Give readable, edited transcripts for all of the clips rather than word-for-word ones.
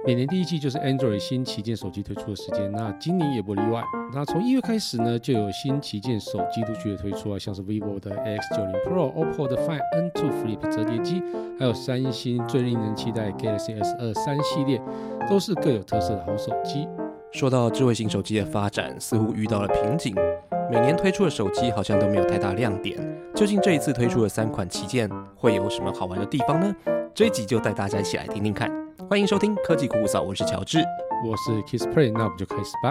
每年第一季就是 Android 新旗舰手机推出的时间，那今年也不例外。那从1月开始呢，就有新旗舰手机陆续的推出啊，像是 vivo 的 X90 Pro、OPPO 的 Find N2 Flip 折叠机，还有三星最令人期待 Galaxy S23系列，都是各有特色的好手机。 说到智慧型手机的发展，似乎遇到了瓶颈，每年推出的手机好像都没有太大亮点。究竟这一次推出的3款旗舰会有什么好玩的地方呢？这一集就带大家一起来听听看。欢迎收听科技酷酷扫，我是乔治， 我是 Kissplay， 那我们就开始吧。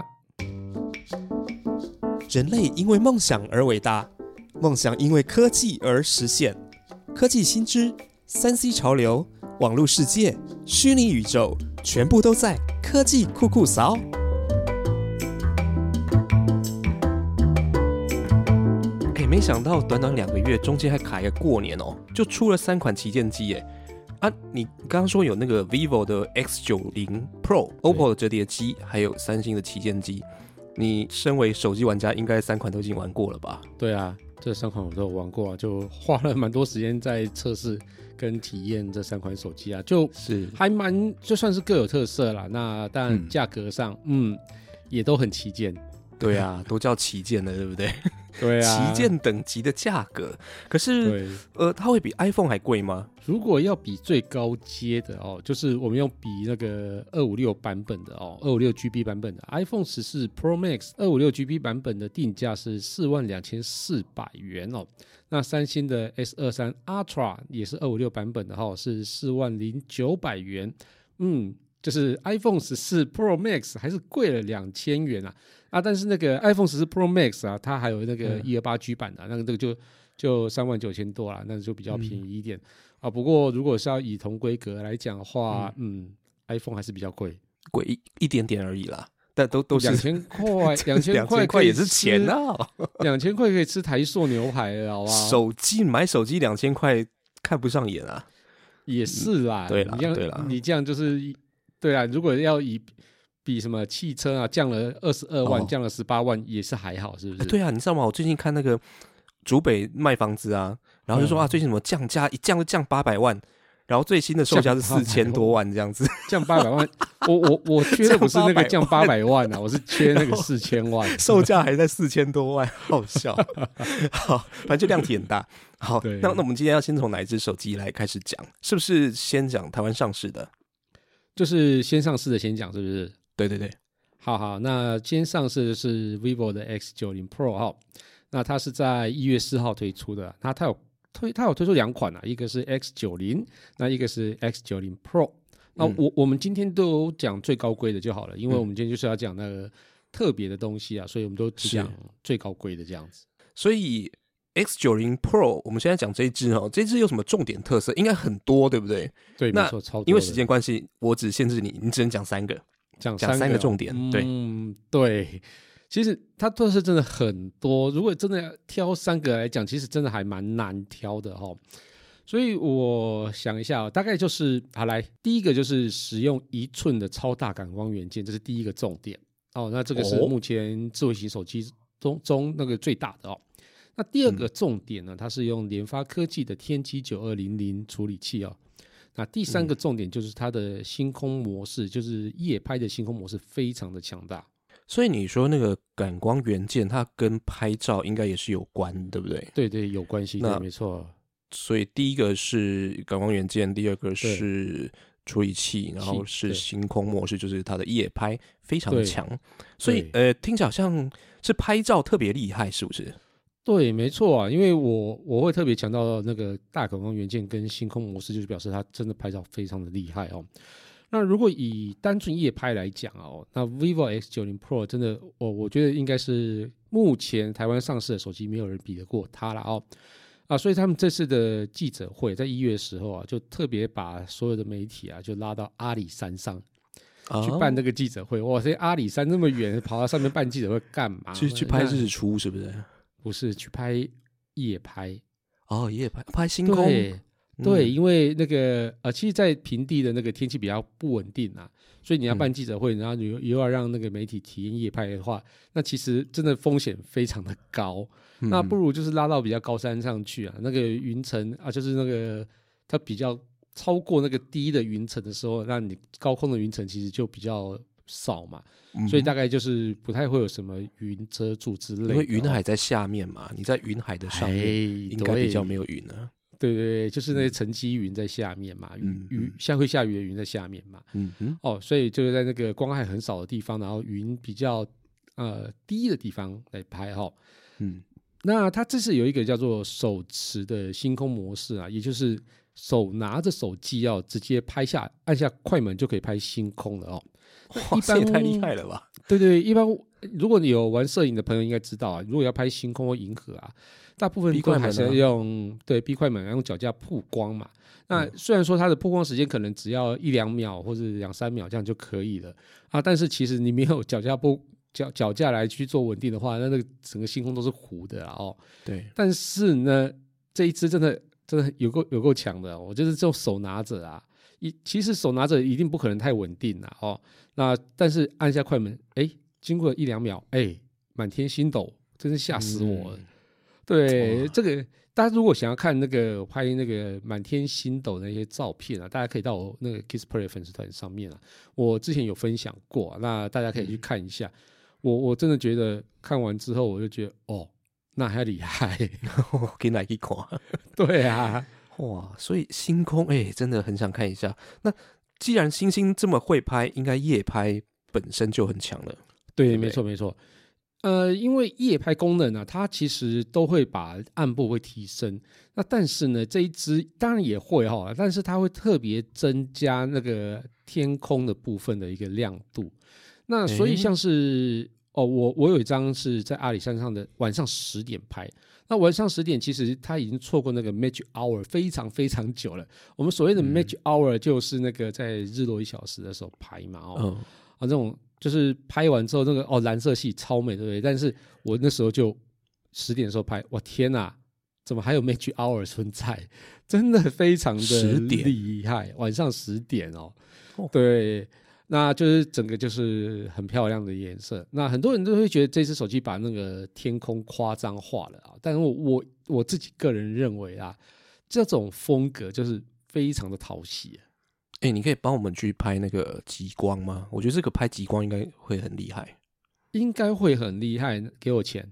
人类因为梦想而伟大，梦想因为科技而实现。科技新知、3C 潮流、网络世界、虚拟宇宙，全部都在科技酷酷扫。 没想到短短2个月，中间还卡一个过年哦，就出了3款旗舰机耶！啊，你刚刚说有那个 vivo 的 X90 Pro、OPPO 的折叠机，还有三星的旗舰机，你身为手机玩家，应该3款都已经玩过了吧？ 对啊，这3款我都有玩过啊，就花了蛮多时间在测试跟体验这3款手机啊，就是还蛮就算是各有特色啦。那当然价格上，也都很旗舰。 对啊，都叫旗舰了，对不对？ 对啊， 旗舰等级的价格，可是它会比 iPhone 还贵吗？ 如果要比最高阶的哦，就是我们用比那个256版本的哦，256GB 版本的 iPhone 14 Pro Max 256GB 版本的定价是42400元哦。那三星的 S23 Ultra 也是256版本的哦，是40900元。就是 iPhone 14 Pro Max 还是贵了2000元啊，但是那个 iPhone 14 Pro Max 啊，它还有那个 128G 版的，那个就39000多啦，那就比较便宜一点啊。不过如果是要以同规格来讲的话，iPhone 还是比较贵一点点而已啦，但都是 2000块，2000块也是钱啊 ，2000块可以吃台塑牛排了，好不好？ 买手机2000块看不上眼啊， 也是啦， 对啦， 你这样就是对啦，如果要比什么汽车啊降了22万，降了18万也是还好，是不是？ 对啊，你知道吗？我最近看那个竹北卖房子啊，然后就说最近什么降价，一降就降800万，然后最新的售价是4000多万这样子， 降800万，我缺的不是那个降800万啊，我是缺那个4000万， 售价还在4000多万，好笑。好，反正就量体很大。好，那我们今天要先从哪一只手机来开始讲？是不是先讲台湾上市的？ 就是先上市的先讲，是不是？ 对， 好，那先上市的是 vivo 的 X90 Pro 那它是在1月4号推出的，那它有推出2款一个是 X90， 那一个是 X90 Pro。那我们今天都讲最高规的就好了，因为我们今天就是要讲那个特别的东西所以我们都只讲最高规的这样子。 所以 X90 Pro 我们现在讲这一支这支有什么重点特色？应该很多，对不对？ 对，没错，超多的。 因为时间关系，我只限制你只能讲3个，讲3个重点。 对，其实它特色真的很多，如果真的要挑3个来讲，其实真的还蛮难挑的所以我想一下大概就是来，第一个就是使用1寸的超大感光元件，这是第一个重点那这个是目前智慧型手机中那个最大的那第二个重点呢，它是用联发科技的天玑9200处理器那第3个重点就是它的星空模式，就是夜拍的星空模式非常的强大。 所以你说那个感光元件，它跟拍照应该也是有关，对不对？ 对，有关系，对，没错。 所以第一个是感光元件，第二个是处理器，然后是星空模式，就是它的夜拍非常强。所以听起来好像是拍照特别厉害，是不是？ 对，没错因为我会特别强调那个大感光元件跟星空模式，就是表示它真的拍照非常的厉害那如果以单纯夜拍来讲那 vivo X90 Pro 真的我觉得应该是目前台湾上市的手机没有人比得过它了所以他们这次的记者会在1月的时候就特别把所有的媒体就拉到阿里山上去办那个记者会。哇塞，阿里山那么远，跑到上面办记者会干嘛？ 去拍日出是不是？ 不是，去拍夜拍夜拍星空。 对，因为那个其实在平地的那个天气比较不稳定所以你要办记者会，然后你又要让那个媒体体验夜拍的话，那其实真的风险非常的高那不如就是拉到比较高山上去那个云层就是那个它比较超过那个低的云层的时候，那你高空的云层其实就比较少嘛，所以大概就是不太会有什么云遮住之类的。 因为云海在下面嘛，你在云海的上面，应该比较没有云啊。 对对对，就是那些沉积云在下面嘛，会下雨的云在下面嘛。所以就是在那个光害很少的地方，然后云比较低的地方来拍哈。那它这次有一个叫做手持的星空模式啊，也就是手拿着手机直接按下快门就可以拍星空了哦。 哇，这也太厉害了吧！ 对对，一般如果你有玩摄影的朋友应该知道啊，如果要拍星空或银河啊，大部分都还是要用闭快门，用脚架曝光嘛。那虽然说它的曝光时间可能只要1-2秒或者2-3秒这样就可以了啊，但是其实你没有脚架来去做稳定的话，那个整个星空都是糊的哦。对，但是呢，这一支真的有够强的，我就是这种手拿着啊。其实手拿着一定不可能太稳定啦哦，那但是按下快门，经过1-2秒，满天星斗，真是吓死我了。对，这个大家如果想要看那个拍那个满天星斗的那些照片啊，大家可以到我那个 Kissplay 粉丝团上面啊，我之前有分享过，那大家可以去看一下。我真的觉得看完之后，我就觉得那还厉害， 给哪一看？ 对啊。 哇，所以星空真的很想看一下。那既然星星这么会拍，应该夜拍本身就很强了。 对，没错没错。因为夜拍功能啊，它其实都会把暗部会提升。那但是呢，这一支当然也会哈，但是它会特别增加那个天空的部分的一个亮度。那所以像是我有一张是在阿里山上的晚上10点拍。那晚上10点，其实他已经错过那个 magic hour 非常非常久了。我们所谓的 magic hour 就是那个在日落1小时的时候拍嘛，这种就是拍完之后那个蓝色系超美，对不对？但是我那时候就10点的时候拍，哇天哪，怎么还有 magic hour 存在？真的非常的厉害，晚上10点对。那就是整个就是很漂亮的颜色，那很多人都会觉得这只手机把那个天空夸张化了啊，但是我自己个人认为啊，这种风格就是非常的讨喜。 你可以帮我们去拍那个极光吗？我觉得这个拍极光应该会很厉害， 应该会很厉害，给我钱。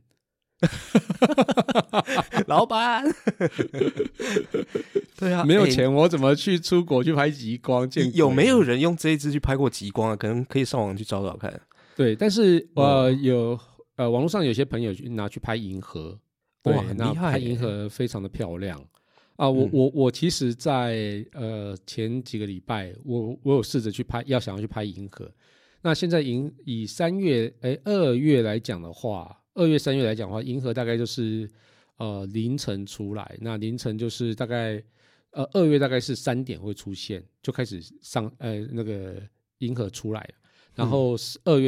老板对啊， 没有钱我怎么去出国去拍极光？ 有没有人用这一支去拍过极光啊？可能可以上网去找找看。 对，但是有网络上有些朋友拿去拍银河， 哇，很厉害， 拍银河非常的漂亮啊。我其实在前几个礼拜我有试着去拍，想要去拍银河。那现在以2月来讲的话，2月3月来讲的话，银河大概就是凌晨出来，那凌晨就是大概2月大概是3点会出现，就开始那个银河出来了。然后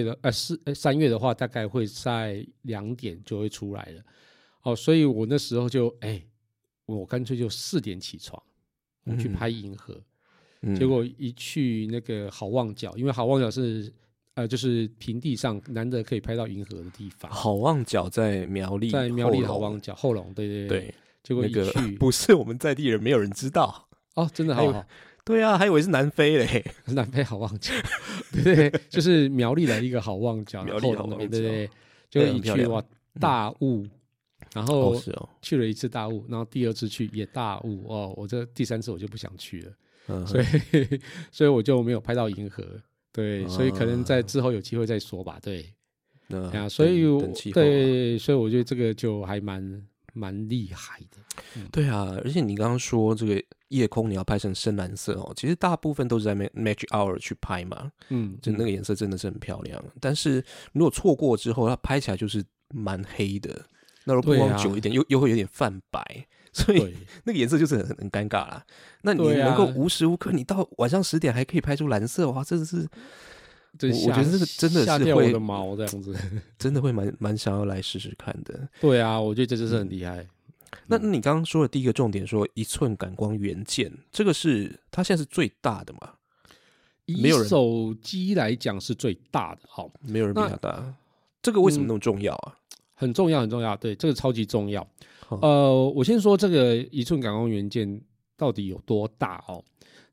3月的话，大概会在2点就会出来了。所以我那时候就我干脆就4点起床，我去拍银河。结果一去那个好望角，因为好望角是就是平地上难得可以拍到银河的地方。 好望角在苗栗， 在苗栗好望角后龙，对。结果一去、 那个、不是我们在地人，没有人知道真的好。 对啊，还以为是南非嘞， 南非好望角，对，就是苗栗的一个好望角， 苗栗好望角， 对。结果一去哇，大雾，然后去了1次大雾，然后第2次去也大雾我这第3次我就不想去了，所以我就没有拍到银河。对，所以可能在之后有机会再说吧。对，所以我觉得这个就还蛮厉害的。 对啊，而且你刚刚说这个夜空你要拍成深蓝色其实大部分都是在 Magic Hour 去拍嘛，就那个颜色真的是很漂亮。但是如果错过之后，它拍起来就是蛮黑的。那如果曝光久一点，又会有点泛白。所以那个颜色就是很尴尬啦。那你能够无时无刻，你到晚上10点还可以拍出蓝色，哇，真的是，我觉得这个真的是吓掉我的毛这样子， 真的会蛮想要来试试看的。 对啊，我觉得这就是很厉害。 那你刚刚说的第一个重点说1寸感光元件，这个是它现在是最大的嘛？ 以手机来讲是最大的， 没有人比它大。这个为什么那么重要啊？ 很重要，很重要。对，这个超级重要。我先说这个1寸感光元件到底有多大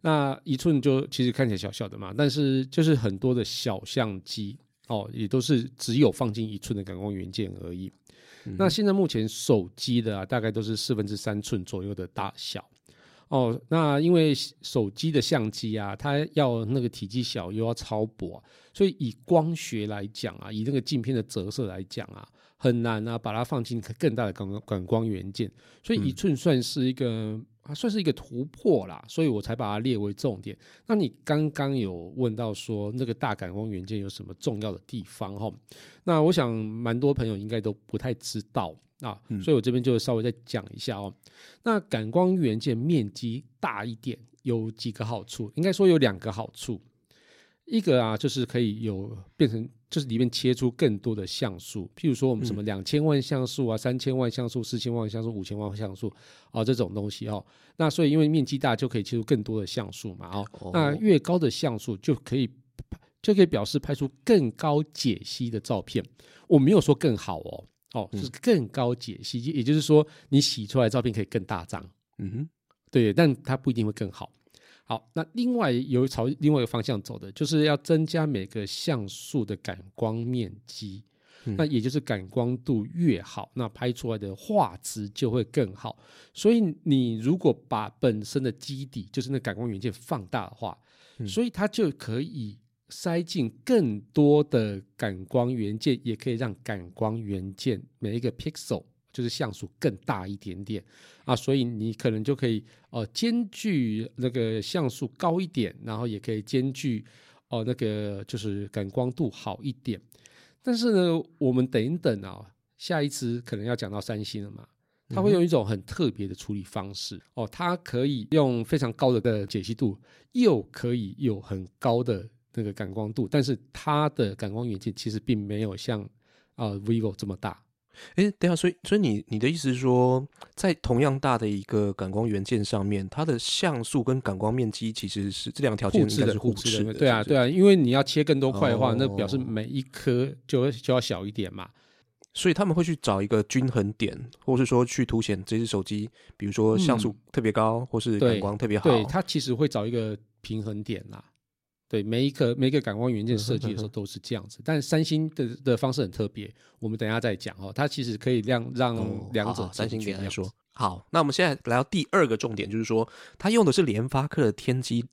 那1寸就其实看起来小小的嘛，但是就是很多的小相机也都是只有放进1寸的感光元件而已。那现在目前手机的大概都是3/4寸左右的大小。那因为手机的相机它要那个体积小又要超薄所以以光学来讲以那个镜片的折射来讲很难把它放进更大的感光元件，所以1寸算是一个突破啦，所以我才把它列为重点。那你刚刚有问到说那个大感光元件有什么重要的地方那我想蛮多朋友应该都不太知道所以我这边就稍微再讲一下那感光元件面积大一点有几个好处，应该说有2个好处。一个就是可以变成就是里面切出更多的像素，譬如说我们什么2000万像素3000万像素4000万像素5000万像素这种东西那所以因为面积大就可以切出更多的像素嘛那越高的像素就可以表示拍出更高解析的照片。我没有说更好是更高解析，也就是说你洗出来的照片可以更大张对，但它不一定会更好。好，那另外朝另外一个方向走的就是要增加每个像素的感光面积那也就是感光度越好，那拍出来的画质就会更好。所以你如果把本身的基底就是那感光元件放大的话所以它就可以塞进更多的感光元件，也可以让感光元件每一个 pixel就是像素更大一点点所以你可能就可以兼具那个像素高一点，然后也可以兼具那个就是感光度好一点。但是呢我们等一等下一次可能要讲到三星了嘛，它会用一种很特别的处理方式它可以用非常高的解析度，又可以有很高的那个感光度，但是它的感光元件其实并没有像vivo 这么大。 等一下，所以你的意思是说，在同样大的一个感光元件上面，它的像素跟感光面积其实是这2个条件应该是互斥的。 对啊，因为你要切更多块的话那表示每一颗就要小一点嘛。 所以他们会去找一个均衡点，或是说去凸显这只手机，比如说像素特别高，或是感光特别好。 对，它其实会找一个平衡点啦。对，每一个感光元件设计的时候都是这样子，但三星的方式很特别，我们等一下再讲它其实可以让两者三星点来说。好，那我们现在来到第2个重点，就是说它用的是联发科的天玑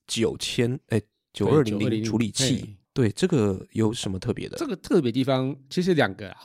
9200处理器。对，这个有什么特别的？ 这个特别地方其实2个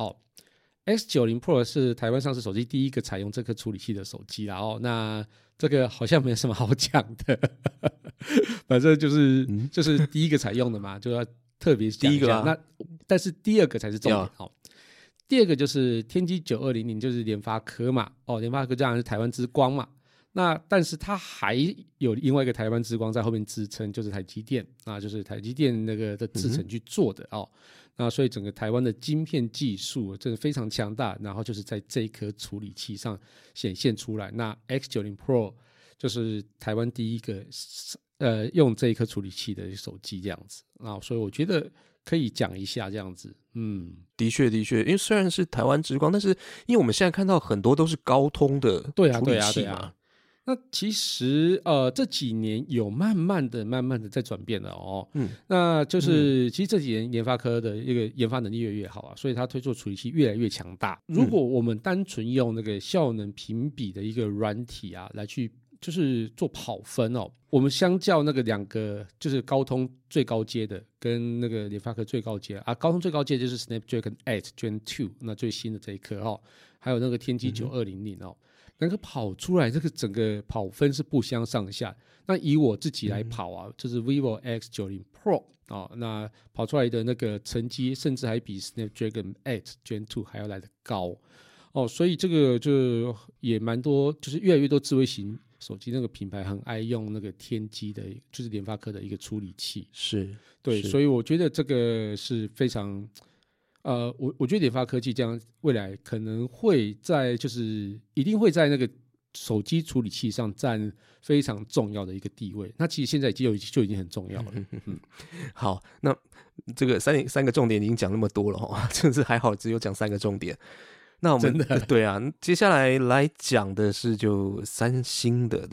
X90 Pro 是台湾上市手机第一个采用这颗处理器的手机啦那这个好像没什么好讲的反正就是第一个采用的嘛就要特别讲一下。那但是第2个才是重点第2个就是天玑9200就是联发科嘛联发科当然是台湾之光嘛。那但是它还有另外一个台湾之光在后面支撑，就是台积电就是台积电那个的制程去做的那所以整个台湾的晶片技术真的非常强大，然后就是在这一颗处理器上显现出来。那 X90 Pro 就是台湾第一个用这一颗处理器的手机这样子所以我觉得可以讲一下这样子。 的确，因为虽然是台湾之光，但是因为我们现在看到很多都是高通的处理器嘛。 那其实这几年有慢慢的在转变了那就是其实这几年研发科的一个研发能力越来越好所以它推出的处理器越来越强大。如果我们单纯用那个效能评比的一个软体来去就是做跑分我们相较那个2个就是高通最高阶的跟那个联发科最高阶高通最高阶就是 Snapdragon 8 Gen 2那最新的这一颗还有那个天玑9200能够跑出来这个整个跑分是不相上下。那以我自己来跑就是 vivo X90 Pro那跑出来的那个成绩甚至还比 Snapdragon 8 Gen 2还要来得高所以这个就也蛮多，就是越来越多智慧型手机那个品牌很爱用那个天玑的就是联发科的一个处理器。对，所以我觉得这个是非常我觉得联发科技这样未来可能会在就是一定会在那个手机处理器上占非常重要的一个地位。那其实现在就已经很重要了。 好，那这个三个重点已经讲那么多了真是还好只有讲3个重点。那我们真的对接下来讲的是就三星的，对不对？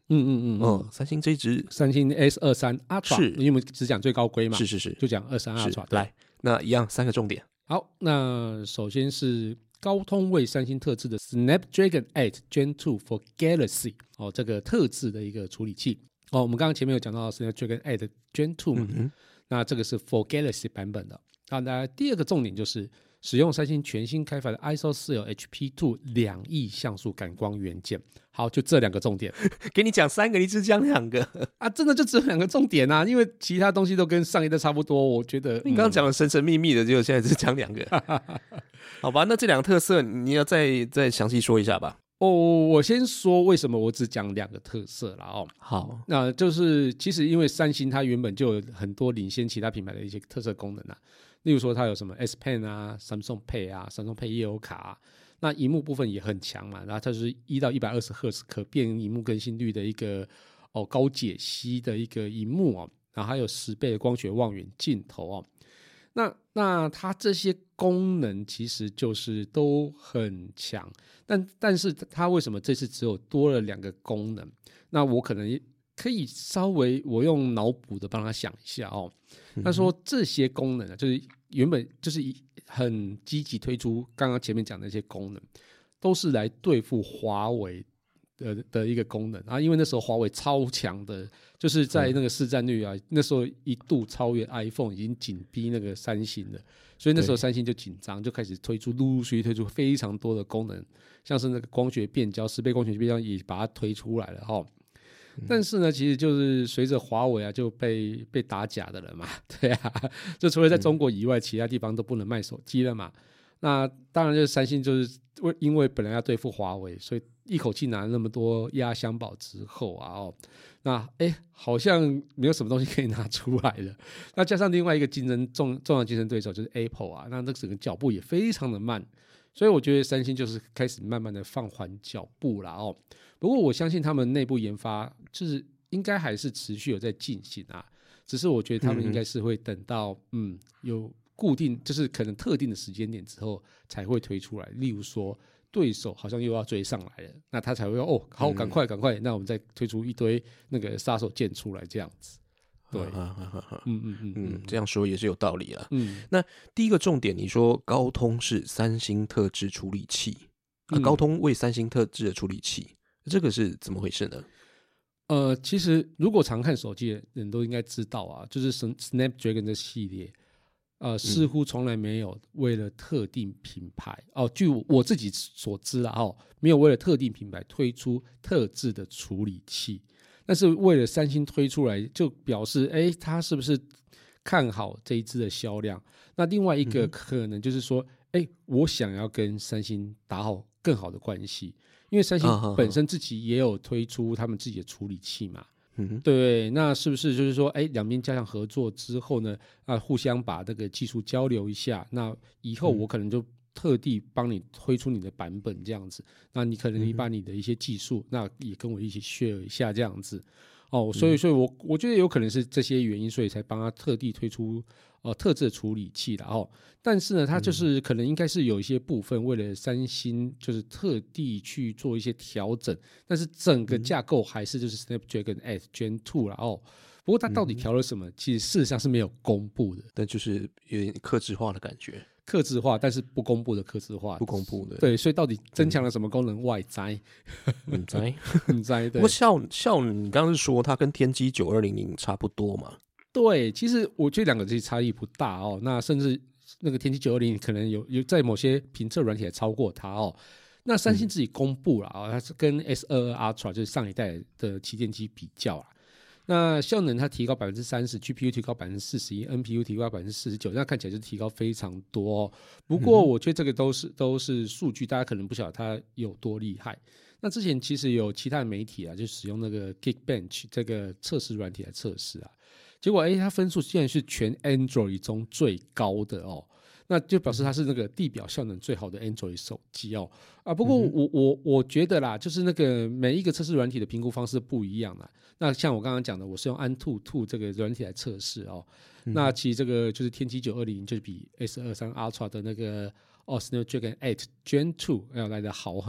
三星这一支三星 S23 Ultra 是因为我们只讲最高规嘛， 是就讲23 Ultra。 来，那一样3个重点。 好，那首先是高通为三星特制的 Snapdragon 8 Gen 2 for Galaxy 这个特制的一个处理器我们刚刚前面有讲到 Snapdragon 8 Gen 2嘛，那这个是 for Galaxy 版本的。那第二个重点就是使用三星全新开发的 ISO4L HP2 2亿像素感光元件。好，就这2个重点。 给你讲3个，你只讲2个啊，真的就只有2个重点啊，因为其他东西都跟上一代差不多。我觉得你刚刚讲的神神秘秘的，结果现在只讲2个。好吧，那这2个特色你要再详细说一下吧。 我先说为什么我只讲2个特色啦好， 那就是其实因为三星它原本就有很多领先其他品牌的一些特色功能啊，例如说它有什么 S Pen 啊、Samsung Pay 啊、Samsung Pay 页游卡那萤幕部分也很强嘛，然后它是1到120赫兹可变萤幕更新率的一个高解析的一个萤幕然后还有10倍的光学望远镜头那它这些功能其实就是都很强，但是它为什么这次只有多了2个功能？那我可能可以稍微我用脑补的帮他想一下他说这些功能就是原本就是很积极推出，刚刚前面讲的那些功能，都是来对付华为的一个功能因为那时候华为超强的，就是在那个市占率那时候一度超越 iPhone， 已经紧逼那个三星了，所以那时候三星就紧张，就开始陆陆续续推出非常多的功能，像是那个光学变焦10倍光学变焦也把它推出来了但是呢，其实就是随着华为就被打假的了嘛，对就除了在中国以外，其他地方都不能卖手机了嘛。那当然就是三星就是因为本来要对付华为，所以一口气拿了那么多压箱宝之后那好像没有什么东西可以拿出来了。那加上另外一个重要竞争对手就是 Apple 那这整个脚步也非常的慢，所以我觉得三星就是开始慢慢的放缓脚步啦不过我相信他们内部研发就是应该还是持续有在进行只是我觉得他们应该是会等到有固定就是可能特定的时间点之后才会推出来，例如说对手好像又要追上来了，那他才会好赶快，那我们再推出一堆那个杀手锏出来这样子。对， 这样说也是有道理啦。那第一个重点，你说高通是三星特制处理器，高通为三星特制的处理器，这个是怎么回事呢？ 其实如果常看手机的人都应该知道就是 Snapdragon 的系列。似乎从来没有为了特定品牌据我自己所知没有为了特定品牌推出特制的处理器，但是为了三星推出来，就表示他是不是看好这一支的销量？那另外一个可能就是说我想要跟三星打好更好的关系，因为三星本身自己也有推出他们自己的处理器嘛。对，那是不是就是说两边加强合作之后呢互相把这个技术交流一下，那以后我可能就特地帮你推出你的版本这样子，那你可能你把你的一些技术那也跟我一起 share 一下这样子所以我觉得有可能是这些原因，所以才帮他特地推出特制的处理器啦但是呢，它就是可能应该是有一些部分为了三星就是特地去做一些调整，但是整个架构还是就是 Snapdragon 8 Gen 2啦不过它到底调了什么，其实事实上是没有公布的， 但就是有点客制化的感觉， 客制化但是不公布的客制化， 不公布的。 对，所以到底增强了什么功能外摘不摘。 不过效你刚刚是说它跟天玑9200差不多嘛？ 对，其实我觉得2个其实差异不大那甚至那个天玑920可能有在某些评测软体还超过它那三星自己公布了它是跟 S22 Ultra 就是上一代的旗舰机比较那效能它提高 30%， GPU 提高 41%， NPU 提高 49%， 那看起来就提高非常多不过我觉得这个都是数据，大家可能不晓得它有多厉害。那之前其实有其他的媒体就使用那个 Geekbench 这个测试软体来测试结果它分数竟然是全 Android 中最高的那就表示它是那个地表效能最好的 Android 手机不过我觉得啦，就是那个每一个测试软体的评估方式不一样啦。那像我刚刚讲的，我是用 Antutu 这个软体来测试那其实这个就是天玑920就是比 S23 Ultra 的那个Snapdragon 8 Gen 2要来的好很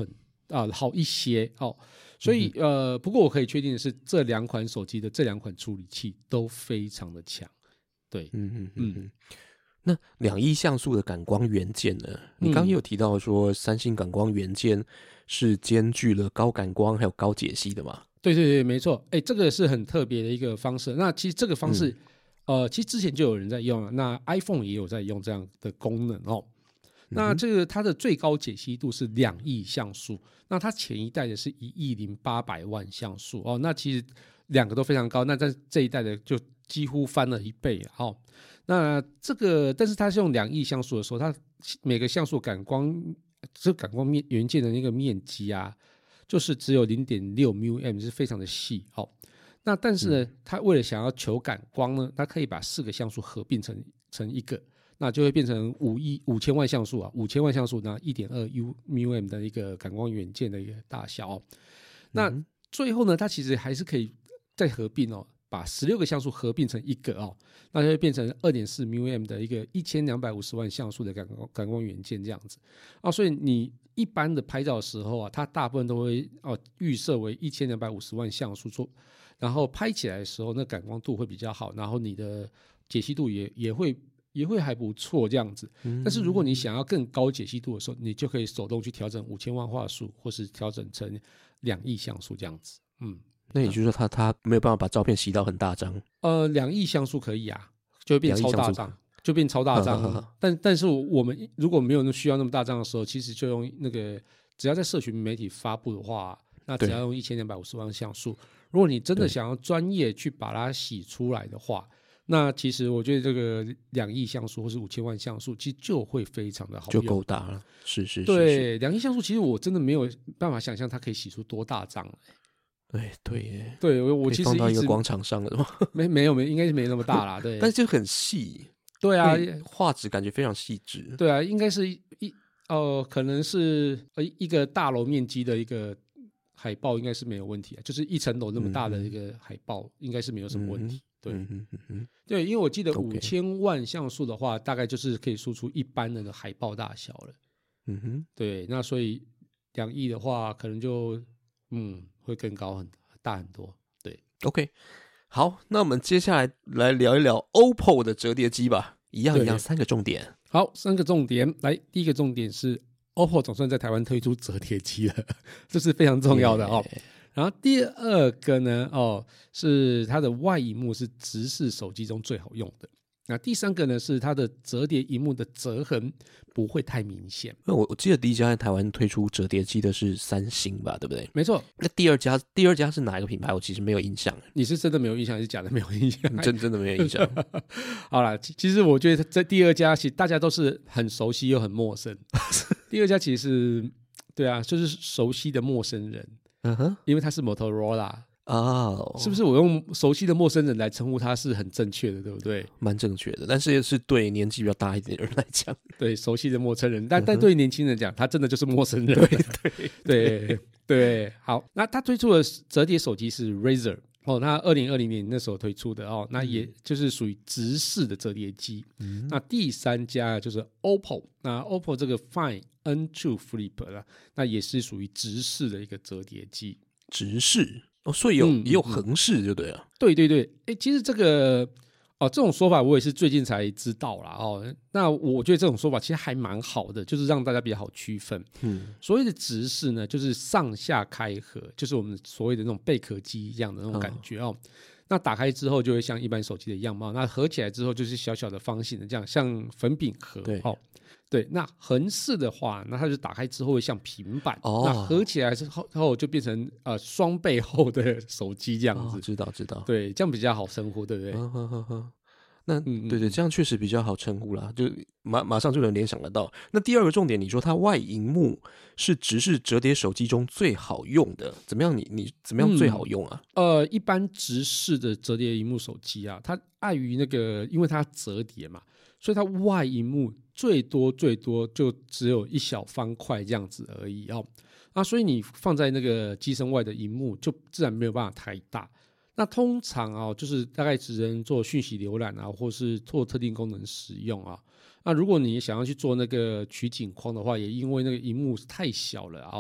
好一些哦。所以不过我可以确定的是，这2款手机的这2款处理器都非常的强。对， 那2亿像素的感光元件呢？你刚刚也有提到说，三星感光元件是兼具了高感光还有高解析的嘛？ 对对对，没错。这个是很特别的一个方式。那其实这个方式，其实之前就有人在用了，那 iPhone 也有在用这样的功能哦。那这个它的最高解析度是2亿像素，那它前一代的是1.800万像素哦。那其实2个都非常高，那在这一代的就几乎翻了1倍哦。那这个，但是它是用2亿像素的时候，它每个像素感光元件的那个面积啊，就是只有 0.6 μm， 是非常的细哦。那但是呢，它为了想要求感光呢，它可以把4个像素合并成一个。那就会变成5000万像素啊，5000万像素，那 1.2 μm 的一个感光元件的一个大小哦。那最后呢，它其实还是可以再合并哦，把16个像素合并成一个哦，那就会变成 2.4 μm 的一个1250万像素的感光元件这样子哦。所以你一般的拍照的时候啊，它大部分都会预设为1250万像素做，然后拍起来的时候，那感光度会比较好，然后你的解析度也会还不错这样子。但是如果你想要更高解析度的时候，你就可以手动去调整5000万画素，或是调整成2亿像素这样子。 那也就是说它没有办法把照片洗到很大张。 2亿像素可以啊，就会变超大张，就变超大张。但是我们如果没有需要那么大张的时候，其实就用那个，只要在社群媒体发布的话，那只要用1250万像素。如果你真的想要专业去把它洗出来的话，那其实我觉得这个2亿像素或是5000万像素，其实就会非常的好用， 就够大了。是。 对，2亿像素其实我真的没有办法想象它可以洗出多大张。 对耶， 对，我其实放到一个广场上的吗？ 没有，应该是没那么大啦。对， 但是就很细。 对啊， 画质感觉非常细致。 对啊，应该是可能是一个大楼面积的一个海报，应该是没有问题啊，就是1层楼那么大的一个海报，应该是没有什么问题。对，因为我记得5000万像素的话，大概就是可以输出一般的海报大小了。对，那所以2亿的话，可能就会更高大很多。对 ，OK， 好，那我们接下来聊一聊 OPPO 的折叠机吧，一样3个重点。 好，3个重点，来，第一个重点是 OPPO 总算在台湾推出折叠机了，这是非常重要的哦。然后第2个呢，是它的外萤幕是直视手机中最好用的。那第3个呢，是它的折叠萤幕的折痕不会太明显。 我记得第一家在台湾推出折叠机的是三星吧，对不对？ 没错。 那第二家是哪一个品牌？我其实没有印象。 你是真的没有印象，还是假的没有印象？ 真的没有印象。 好啦，其实我觉得在第2家，其实大家都是很熟悉又很陌生。第2家其实是，对啊，就是熟悉的陌生人。因为它是 Motorola。是不是我用熟悉的陌生人来称呼它是很正确的，对不对？ 蛮正确的，但是是对年纪比较大一点的人来讲， 对熟悉的陌生人，但对年轻人讲，他真的就是陌生人。对，好，那他推出的折叠手机是 Razer。那2020年那时候推出的那也就是属于直视的折叠机。那第3家就是 OPPO， 那 OPPO 这个 Find N2 Flip 啦，那也是属于直视的一个折叠机。 直视所以也有横视就对了。 对，其实这个这种说法我也是最近才知道啦。那我觉得这种说法其实还蛮好的，就是让大家比较好区分。所谓的直视呢，就是上下开合，就是我们所谓的那种贝壳机一样的那种感觉那打开之后就会像一般手机的样貌，那合起来之后就是小小的方形的，这样像粉饼盒。对，那横式的话，那它就打开之后会像平板，那合起来之后就变成双背后的手机这样子。 知道。 对，这样比较好称呼，对不对？ 那对，这样确实比较好称呼啦，就马上就能联想得到。那第2个重点，你说它外萤幕是直视折叠手机中最好用的，怎么样？你怎么样最好用啊？ 一般直视的折叠萤幕手机啊，它碍于那个，因为它折叠嘛，所以它外萤幕最多就只有一小方块这样子而已所以你放在那个机身外的萤幕就自然没有办法太大。那通常就是大概只能做讯息浏览或是做特定功能使用那如果你想要去做那个取景框的话，也因为那个萤幕太小了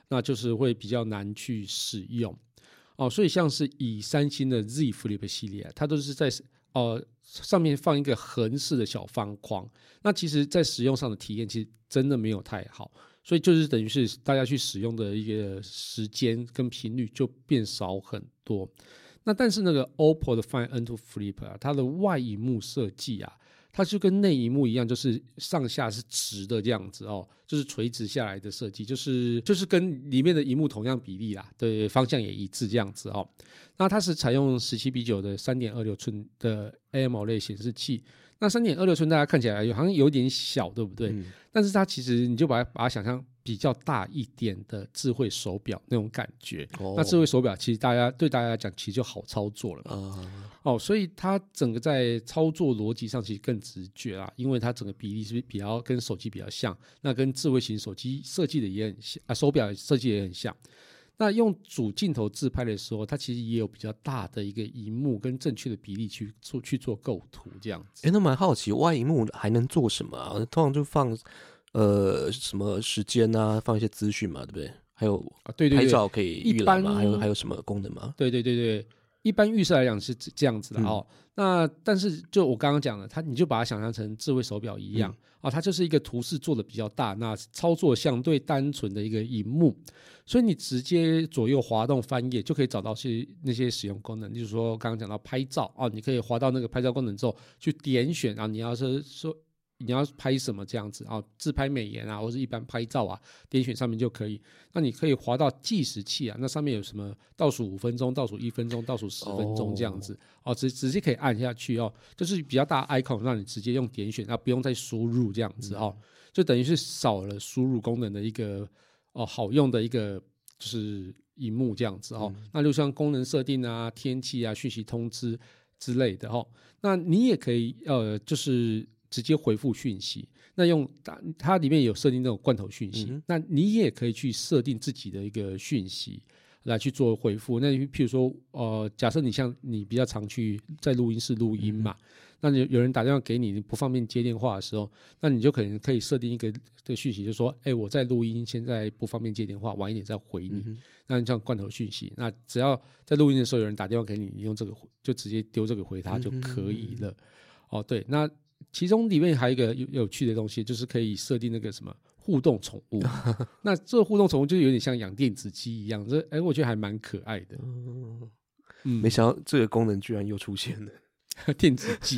那就是会比较难去使用哦。所以像是以三星的 Z Flip 系列，它都是在上面放一个横式的小方框，那其实在使用上的体验其实真的没有太好，所以就是等于是大家去使用的一个时间跟频率就变少很多。那但是那个 OPPO 的 Find N2 Flip 啊，它的外萤幕设计啊，它就跟内萤幕一样，就是上下是直的这样子哦，就是垂直下来的设计，就是跟里面的萤幕同样比例啦，对，方向也一致这样子哦。那它是采用17:9的 3.26 寸的 AMOLED 显示器，那 3.26 寸大家看起来好像有点小，对不对？但是它其实你就把它想象比较大一点的智慧手表那种感觉。那智慧手表其实对大家来讲其实就好操作了嘛。所以它整个在操作逻辑上其实更直觉啦，因为它整个比例是比较跟手机比较像，那跟智慧型手机设计的也很像手表设计也很像。那用主镜头自拍的时候，它其实也有比较大的一个萤幕跟正确的比例去做构图这样子。 那蛮好奇外萤幕还能做什么啊？通常就放什么时间啊，放一些资讯嘛，对不对？还有拍照可以预览吗？还有什么功能吗？ 对，一般预设来讲是这样子的那但是就我刚刚讲的，你就把它想象成智慧手表一样它就是一个图示做的比较大，那操作相对单纯的一个萤幕，所以你直接左右滑动翻页就可以找到那些使用功能。例如说刚刚讲到拍照你可以滑到那个拍照功能之后去点选你要是说你要拍什么这样子自拍美颜或是一般拍照点选上面就可以。那你可以滑到计时器那上面有什么倒数5分钟、倒数1分钟、倒数10分钟这样子直接可以按下去就是比较大 icon 让你直接用点选，不用再输入这样子就等于是少了输入功能的一个好用的一个就是萤幕这样子那就像功能设定天气讯息通知之类的那你也可以就是直接回复讯息，那它里面有设定那种罐头讯息那你也可以去设定自己的一个讯息来去做回复。那譬如说假设你比较常去在录音室录音嘛那有人打电话给你不方便接电话的时候，那你就可能可以设定一个讯息，就是说我在录音，现在不方便接电话，晚一点再回你那你像罐头讯息，那只要在录音的时候有人打电话给你，你用这个就直接丢这个回他就可以了对，那其中里面还有一个有趣的东西，就是可以设定那个什么互动宠物那这个互动宠物就有点像养电子鸡一样，我觉得还蛮可爱的没想到这个功能居然又出现了电子鸡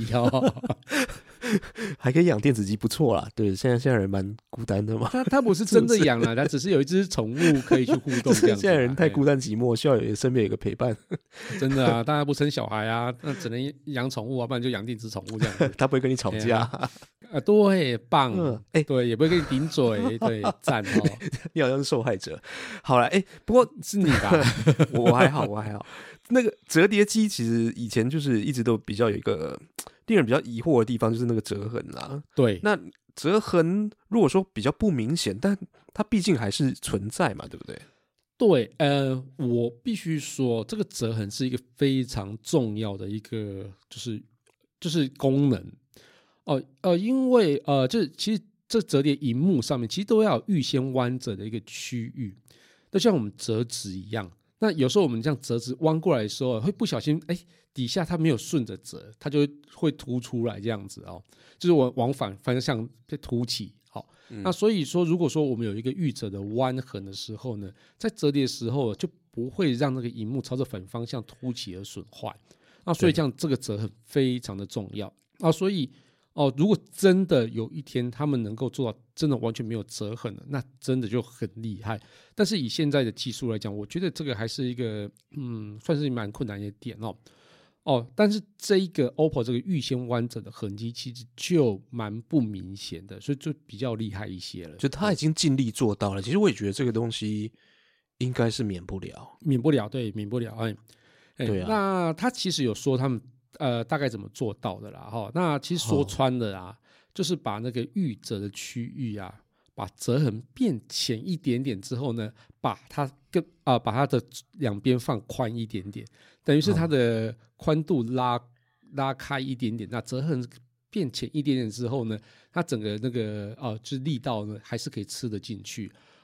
还可以养电子鸡，不错啦。对，现在人蛮孤单的嘛。 他不是真的养啦，他只是有一只宠物可以去互动这样子。 现在人太孤单寂寞，需要身边有一个陪伴。 真的大家不生小孩那只能养宠物不然就养电子宠物这样子。 他不会跟你吵架对，棒对，也不会跟你顶嘴对，赞你好像是受害者。好了不过是你吧我还好那个折叠机其实以前就是一直都比较有一个令人比较疑惑的地方，就是那个折痕啦。 对， 那折痕如果说比较不明显，但它毕竟还是存在嘛，对不对？ 对，我必须说，这个折痕是一个非常重要的一个就是功能因为就是其实这折叠萤幕上面其实都要有预先弯折的一个区域，就像我们折纸一样。那有时候我们这样折纸弯过来的时候，会不小心底下它没有顺着折，它就会凸出来这样子就是我往反方向被凸起那所以说如果说我们有一个预折的弯痕的时候呢，在折叠的时候就不会让那个萤幕朝着反方向凸起而损坏。那所以这个折痕非常的重要所以如果真的有一天他们能够做到真的完全没有折痕了，那真的就很厉害。但是以现在的技术来讲，我觉得这个还是一个算是蛮困难的点但是这一个 OPPO 这个预先弯折的痕迹其实就蛮不明显的，所以就比较厉害一些了。 就他已经尽力做到了，其实我也觉得这个东西应该是免不了， 对，免不了对啊。 那他其实有说他们大概怎么做到的啦那其实说穿了就是把那个预折的区域把折痕变浅一点点之后呢，把它的两边放宽一点点，等于是它的宽度拉开一点点，那折痕变浅一点点之后呢，它整个那个就是力道呢还是可以吃得进去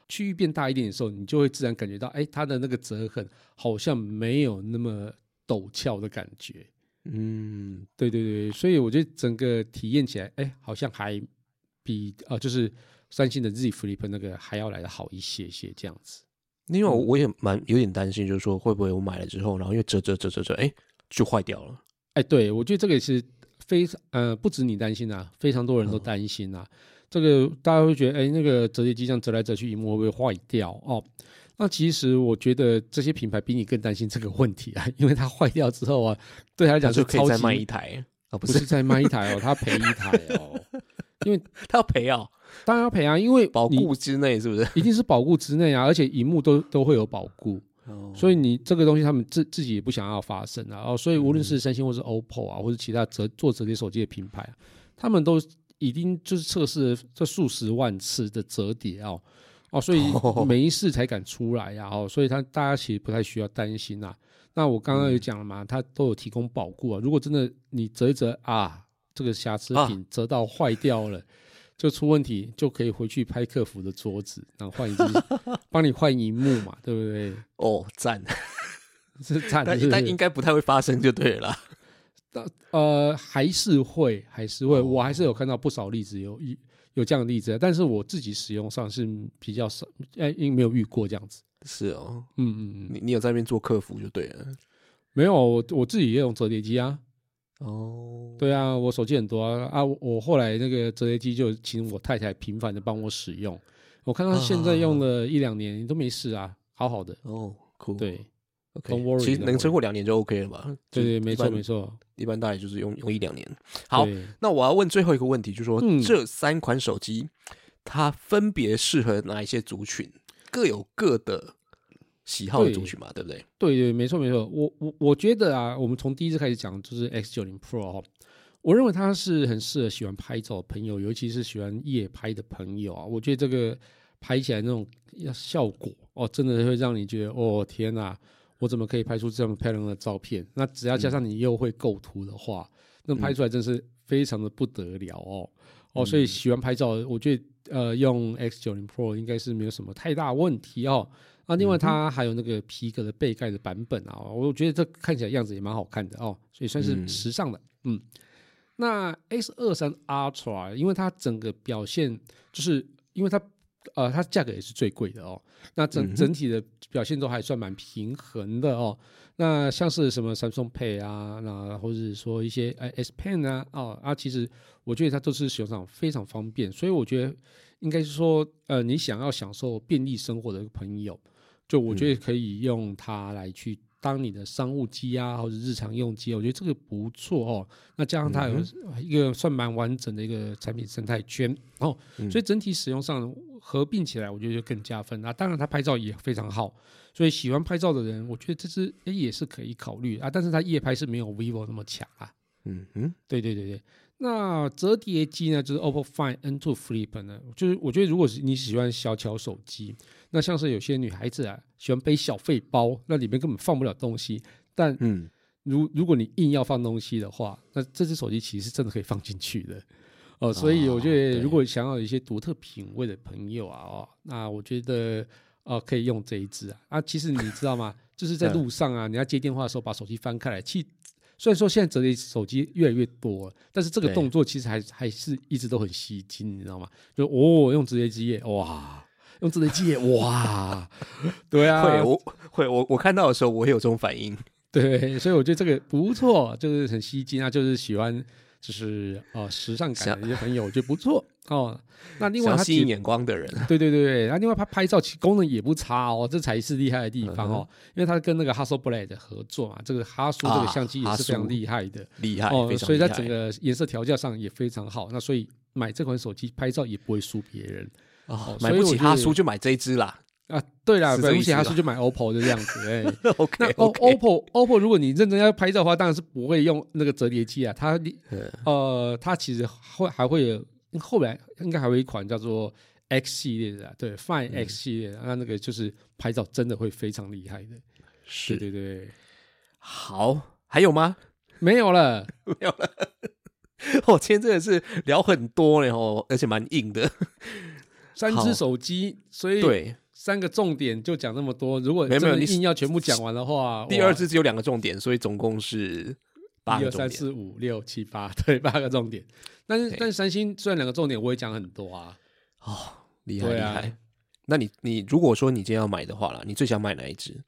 区域变大一点的时候，你就会自然感觉到，哎，它的那个折痕好像没有那么陡峭的感觉。对对对，所以我觉得整个体验起来，哎，好像还比就是三星的 Z Flip 那个还要来的好一些些这样子。 因为我也有点担心，就是说会不会我买了之后，然后因为折，哎，就坏掉了。 哎，对，我觉得这个也是非常不止你担心啊，非常多人都担心啊。这个大家会觉得，哎，那个折叠机这样折来折去，屏幕会不会坏掉哦？那其实我觉得这些品牌比你更担心这个问题啊，因为它坏掉之后啊，对他来讲就可以再卖一台啊， 不是再卖一台哦，他赔一台哦，因为他要赔啊， 当然要赔啊，因为保固之内是不是？ 一定是保固之内啊，而且萤幕都会有保固。所以你这个东西他们自己也不想要发生啊，所以无论是三星或是 OPPO 啊，或者其他做折叠手机的品牌啊，他们都已经就是测试了这数十万次的折叠所以每一次才敢出来啊，所以大家其实不太需要担心啊。那我刚刚有讲了嘛，它都有提供保固啊，如果真的你折一折啊，这个瑕疵品折到坏掉了。就出问题，就可以回去拍客服的桌子，然后换一只，帮你换萤幕嘛，对不对？ 哦，赞， 是赞， 但应该不太会发生就对了啦。 还是会，我还是有看到不少例子有这样的例子，但是我自己使用上是比较少，因为没有遇过这样子。 是哦，你有在那边做客服就对了。 没有，我自己也用折叠机啊。对啊，我手机很多啊，我后来那个折叠机就请我太太频繁的帮我使用，我看到现在用了1-2年都没事啊，好好的。 酷。 对 ，Don't worry， 其实能撑过2年就 OK 了吧？ 对，没错， 一般大概就是用1-2年。好，那我要问最后一个问题，就是说这3款手机它分别适合哪一些族群？各有各的喜好的族群嘛，对不对？ 对，没错。我觉得啊，我们从第一次开始讲，就是 X90 Pro 我认为它是很适合喜欢拍照的朋友，尤其是喜欢夜拍的朋友啊。我觉得这个拍起来那种效果真的会让你觉得天哪，我怎么可以拍出这么漂亮的照片？那只要加上你又会构图的话，那拍出来真是非常的不得了所以喜欢拍照，我觉得用 X90 Pro 应该是没有什么太大问题另外它还有那个皮革的背盖的版本我觉得这看起来样子也蛮好看的所以算是时尚的。那 S23 Ultra 因为它整个表现就是因为它价格也是最贵的那整体的表现都还算蛮平衡的那像是什么 Samsung Pay 啊，那或者是说一些S Pen 啊其实我觉得它都是使用上非常方便，所以我觉得应该是说你想要享受便利生活的朋友，就我觉得可以用它来去当你的商务机啊，或者日常用机，我觉得这个不错那加上它有一个算蛮完整的一个产品生态圈所以整体使用上合并起来，我觉得就更加分当然它拍照也非常好，所以喜欢拍照的人，我觉得这支也是可以考虑但是它夜拍是没有 vivo 那么强对。那折叠机呢，就是 OPPO Find N2 Flip 呢，就是我觉得如果是你喜欢小巧手机，那像是有些女孩子喜欢背小废包，那里面根本放不了东西，但如果你硬要放东西的话，那这只手机其实是真的可以放进去的所以我觉得如果想要有一些独特品味的朋友那我觉得可以用这一支其实你知道吗？就是在路上你要接电话的时候，把手机翻开来，虽然说现在折叠手机越来越多了，但是这个动作其实还是一直都很吸睛，你知道吗？就用折叠机耶，哇，用折叠机耶，哇，对啊， 我看到的时候我也有这种反应， 对，所以我觉得这个不错，就是很吸睛就是喜欢就是时尚感的一些朋友，我觉得不错那另外它吸引眼光的人， 对，那另外它拍照其功能也不差这才是厉害的地方因为它跟那个 Hasselblad 合作嘛，这个哈苏这个相机也是非常厉害的， 非常厉害， 所以在整个颜色调教上也非常好。那所以买这款手机拍照也不会输别人买不起哈苏就买这一支啦。 对啦，买不起哈苏就买 OPPO 就这样子 OK， 那 OPPO 如果你认真要拍照的话，当然是不会用那个折叠机它其实还会有，后来应该还会有一款叫做 X 系列的对 Find X 系列的那个就是拍照真的会非常厉害的。 是， 对。 好，还有吗？ 没有了。 今天真的是聊很多而且蛮硬的。 3只手机，所以对 3个重点就讲那么多，如果没有真的硬要全部讲完的话， 第二支只有2个重点，所以总共是8个重点。1、2、3、 4、5、6、7、8，对8个重点。但是三星虽然2个重点我也讲很多啊。 哦，厉害厉害。那你如果说你今天要买的话啦，你最想买哪一支？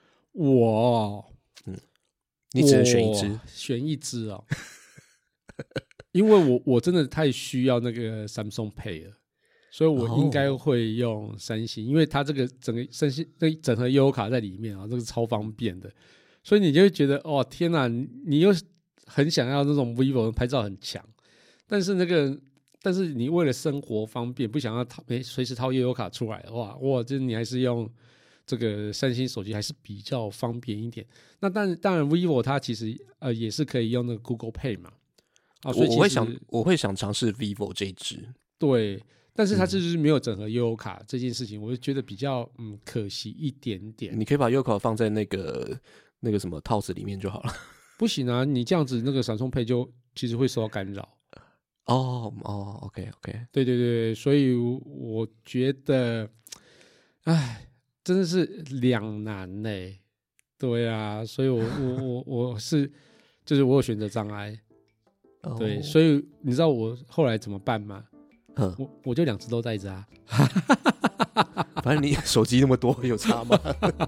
你只能选一支， 选一支哦。因为我真的太需要那个 Samsung Pay 了，所以我应该会用三星，因为它这个整个三星那整盒悠游卡在里面啊，这个超方便的，所以你就会觉得哦天哪，你又很想要那种 vivo 拍照很强，但是你为了生活方便，不想要随时掏悠游卡出来的话，哇，就是你还是用这个三星手机还是比较方便一点。那当然 vivo 它其实也是可以用那个 Google Pay 嘛。所以我会想尝试 vivo 这一支， 对，但是它就是没有整合悠游卡这件事情，我就觉得比较可惜一点点。 你可以把悠游卡放在那个什么套子里面就好了。 不行啊，你这样子那个Samsung Pay就其实会受到干扰。 OK， 对，所以我觉得，真的是两难嘞。对啊，所以我是就是我有选择障碍。对，所以你知道我后来怎么办吗？我就2只都带着啊。 反正你手机那么多，有差吗？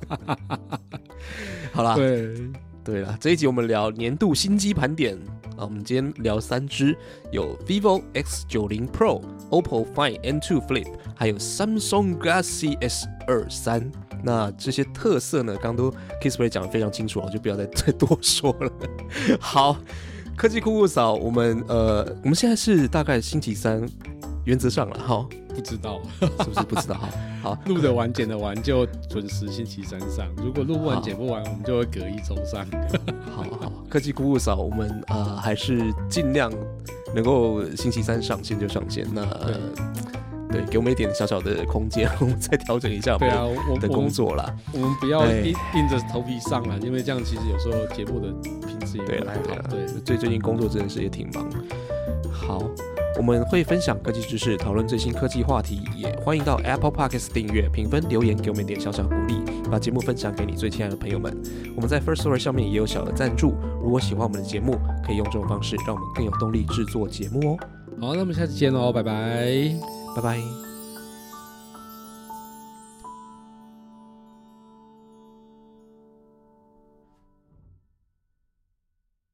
好啦，对啦，这一集我们聊年度新机盘点啊，我们今天聊3支，有 vivo X90 Pro、OPPO Find N2 Flip， 还有 Samsung Galaxy S23。那这些特色呢，刚刚都 Kissplay 讲得非常清楚了，我就不要再多说了。好。科技酷酷扫，我们现在是大概星期3，原则上了哈， 不知道是不是不知道？好， 录得完剪得完就准时星期3上，如果录不完剪不完，我们就会隔1周上。 好，科技酷酷扫，我们还是尽量能够星期3上线就上线。那对，给我们一点小小的空间，我们再调整一下我们的工作啦。 我们不要硬着头皮上啦，因为这样其实有时候节目的品质也不太好。对， 最近工作真的是也挺忙。好，我们会分享科技知识，讨论最新科技话题，也欢迎到 Apple Podcast 订阅、评分、留言，给我们一点小小鼓励，把节目分享给你最亲爱的朋友们。我们在 Firstory 上面也有小的赞助，如果喜欢我们的节目，可以用这种方式让我们更有动力制作节目哦。 好，那我们下次见喽，拜拜。 拜拜。